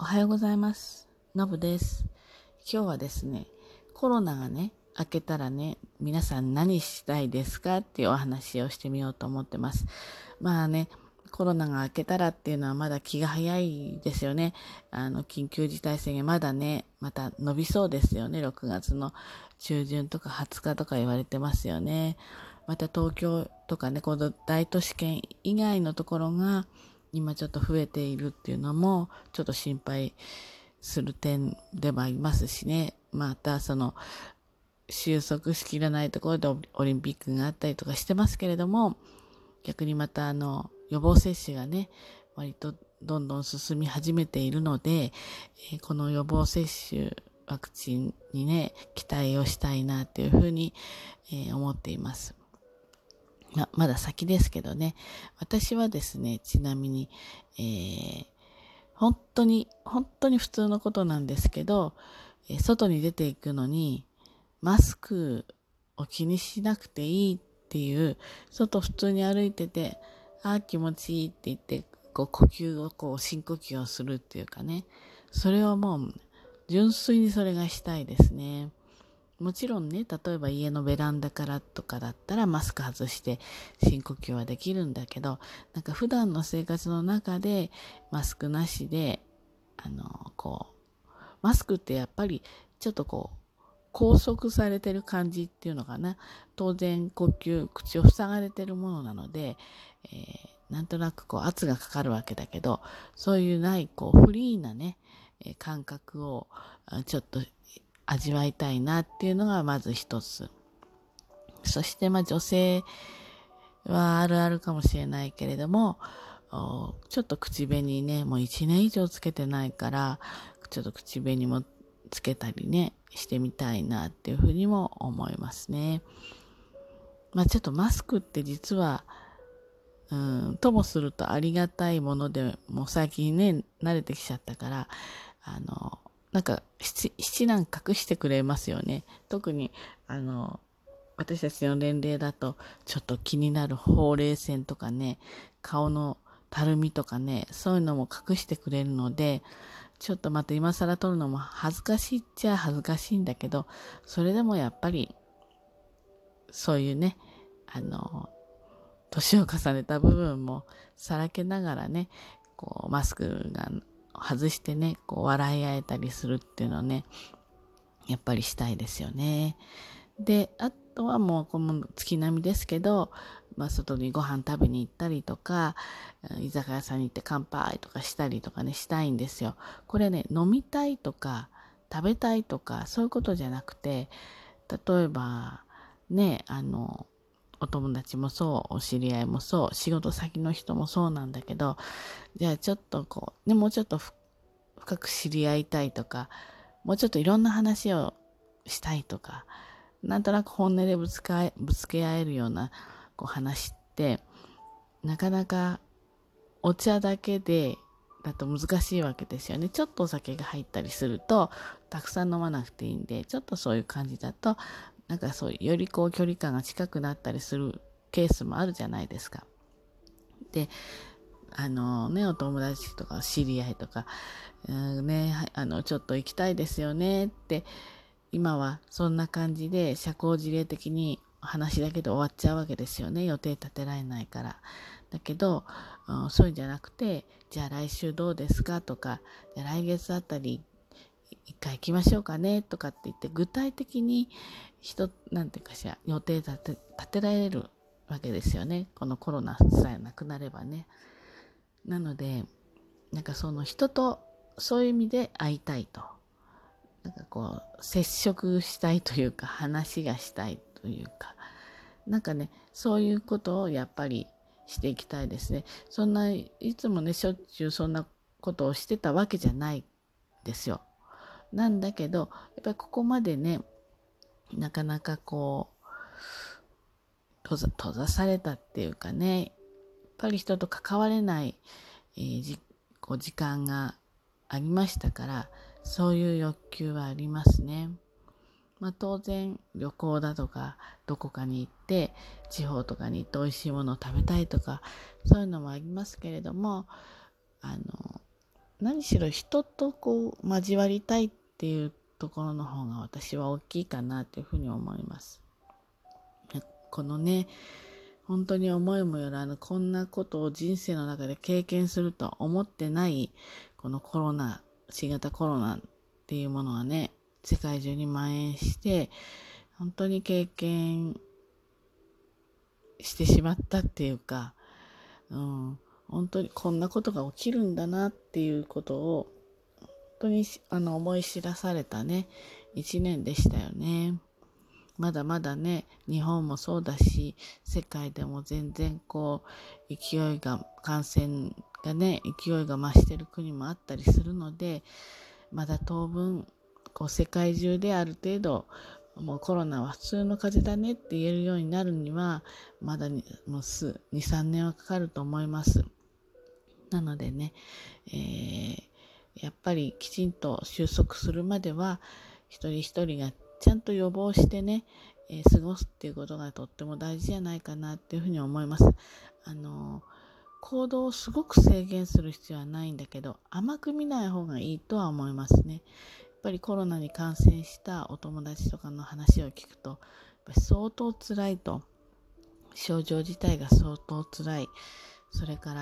はようございます。のぶです。今日はですね、コロナがね、明けたらね、皆さん何したいですかっていうお話をしてみようと思ってます。まあね、コロナが明けたらっていうのはまだ気が早いですよね。緊急事態宣言まだね、また伸びそうですよね。6月の中旬とか20日とか言われてますよね。また東京とかね、この大都市圏以外のところが今ちょっと増えているっていうのもちょっと心配する点でもありますしね。また収束しきらないところでオリンピックがあったりとかしてますけれども、逆にまた予防接種がね、割とどんどん進み始めているので、この予防接種ワクチンにね、期待をしたいなっていうふうに、思っています。まだ先ですけどね。私はですね、ちなみに、本当に普通のことなんですけど、外に出ていくのに、マスクを気にしなくていいっていう、外普通に歩いてて、気持ちいいって言って、深呼吸をするっていうかね。それをもう、純粋にそれがしたいですね。もちろんね、例えば家のベランダからとかだったらマスク外して深呼吸はできるんだけど、なんか普段の生活の中でマスクなしで、マスクってやっぱりちょっと拘束されてる感じっていうのかな。当然口を塞がれてるものなので、なんとなく圧がかかるわけだけど、そういうないフリーなね、感覚をちょっと味わいたいなっていうのがまず一つ。そして女性はあるあるかもしれないけれども、ちょっと口紅ね、もう1年以上つけてないから、ちょっと口紅もつけたりね、してみたいなっていうふうにも思いますね。ちょっとマスクって実は、ともするとありがたいもので、もう最近ね、慣れてきちゃったから、なんか七難隠してくれますよね。特に、私たちの年齢だと、ちょっと気になるほうれい線とかね、顔のたるみとかね、そういうのも隠してくれるので、ちょっとまた今更撮るのも恥ずかしいっちゃ恥ずかしいんだけど、それでもやっぱり、そういうね、年を重ねた部分もさらけながらね、マスクが外してね、笑い合えたりするっていうのをね、やっぱりしたいですよね。で、あとはもうこの月並みですけど、外にご飯食べに行ったりとか、居酒屋さんに行って乾杯とかしたりとかね、したいんですよ。これね、飲みたいとか、食べたいとか、そういうことじゃなくて、例えば、ね、お友達もそう、お知り合いもそう、仕事先の人もそうなんだけど、じゃあちょっともうちょっと深く知り合いたいとか、もうちょっといろんな話をしたいとか、なんとなく本音でぶつけ合えるような話って、なかなかお茶だけでだと難しいわけですよね。ちょっとお酒が入ったりすると、たくさん飲まなくていいんで、ちょっとそういう感じだと、なんかそういうより距離感が近くなったりするケースもあるじゃないですか。で、お友達とか知り合いとか、ちょっと行きたいですよねって、今はそんな感じで社交辞令的に話だけで終わっちゃうわけですよね。予定立てられないから。だけど、そういうんじゃなくて、じゃあ来週どうですかとか、じゃあ来月あたり一回行きましょうかねとかって言って、具体的になんていうかしら、予定立てられるわけですよね。このコロナさえなくなればね。なので、なんかその人とそういう意味で会いたいと。なんか接触したいというか、話がしたいというか、なんかね、そういうことをやっぱりしていきたいですね。いつもね、しょっちゅうそんなことをしてたわけじゃないですよ。なんだけど、やっぱりここまでね、なかなか閉ざされたっていうかね、やっぱり人と関われない、時間がありましたから、そういう欲求はありますね。当然旅行だとかどこかに行って地方とかに行って美味しいものを食べたいとかそういうのもありますけれども、 何しろ人と交わりたいっていうところの方が私は大きいかなというふうに思います。このね、本当に思いもよらぬこんなことを人生の中で経験するとは思ってないこの新型コロナっていうものはね、世界中に蔓延して本当に経験してしまったっていうか、本当にこんなことが起きるんだなっていうことを本当に思い知らされたね、一年でしたよね。まだまだね、日本もそうだし、世界でも全然感染がね、勢いが増してる国もあったりするので、まだ当分、世界中である程度、もうコロナは普通の風邪だねって言えるようになるには、まだもう2、3年はかかると思います。なのでね、やっぱりきちんと収束するまでは、一人一人がちゃんと予防してね、過ごすっていうことがとっても大事じゃないかなっていうふうに思います。行動をすごく制限する必要はないんだけど、甘く見ない方がいいとは思いますね。やっぱりコロナに感染したお友達とかの話を聞くと、やっぱり相当辛いと。症状自体が相当辛い。それから、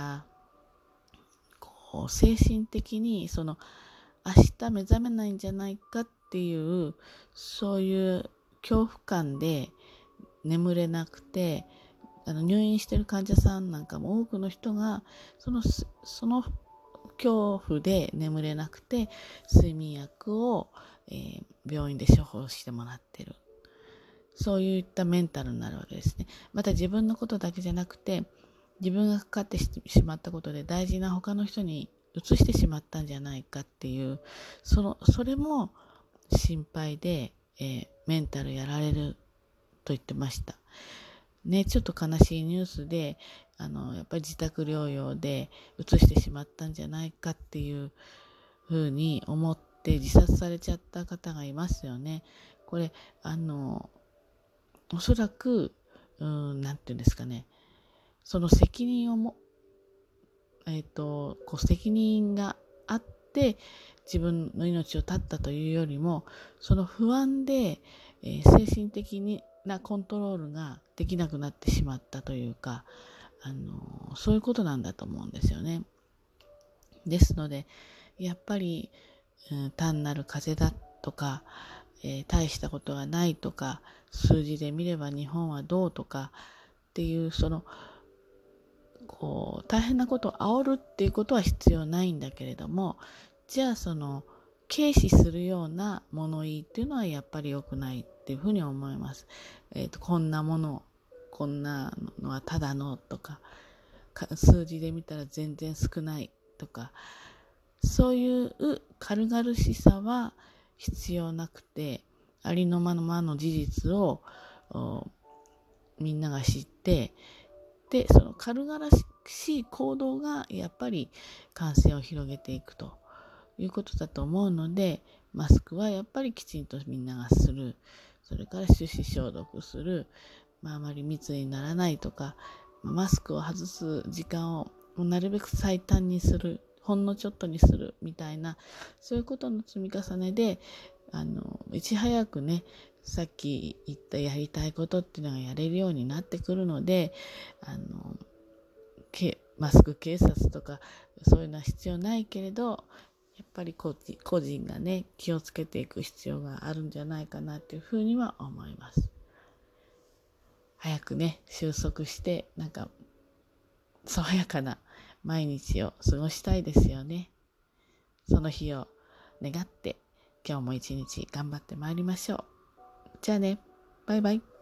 精神的に明日目覚めないんじゃないかっていうそういう恐怖感で眠れなくて、入院してる患者さんなんかも多くの人がその恐怖で眠れなくて睡眠薬を、病院で処方してもらってる、そういったメンタルになるわけですね。また自分のことだけじゃなくて、自分がかかってしまったことで大事な他の人に移してしまったんじゃないかっていう、それも心配で、メンタルやられると言ってました。ね、ちょっと悲しいニュースで、やっぱり自宅療養で移してしまったんじゃないかっていうふうに思って自殺されちゃった方がいますよね。これ、おそらく、なんていうんですかね、その責任を責任があって自分の命を絶ったというよりも、その不安で、精神的なコントロールができなくなってしまったというか、そういうことなんだと思うんですよね。ですので、やっぱり、単なる風邪だとか、大したことがないとか、数字で見れば日本はどうとかっていう、大変なことを煽るっていうことは必要ないんだけれども、じゃあ軽視するような物言いっていうのはやっぱり良くないっていうふうに思います。こんなのはただのとか、数字で見たら全然少ないとか、そういう軽々しさは必要なくて、ありのままの事実をみんなが知って、でその軽々しい行動がやっぱり感染を広げていくということだと思うので、マスクはやっぱりきちんとみんながする。それから手指消毒する。あまり密にならないとか、マスクを外す時間をなるべく最短にする。ほんのちょっとにするみたいな、そういうことの積み重ねで、いち早くね、さっき言ったやりたいことっていうのがやれるようになってくるので、マスク警察とかそういうのは必要ないけれど、やっぱり個人がね、気をつけていく必要があるんじゃないかなっていうふうには思います。早くね、収束して、爽やかな毎日を過ごしたいですよね。その日を願って、今日も一日頑張ってまいりましょう。じゃあね、バイバイ。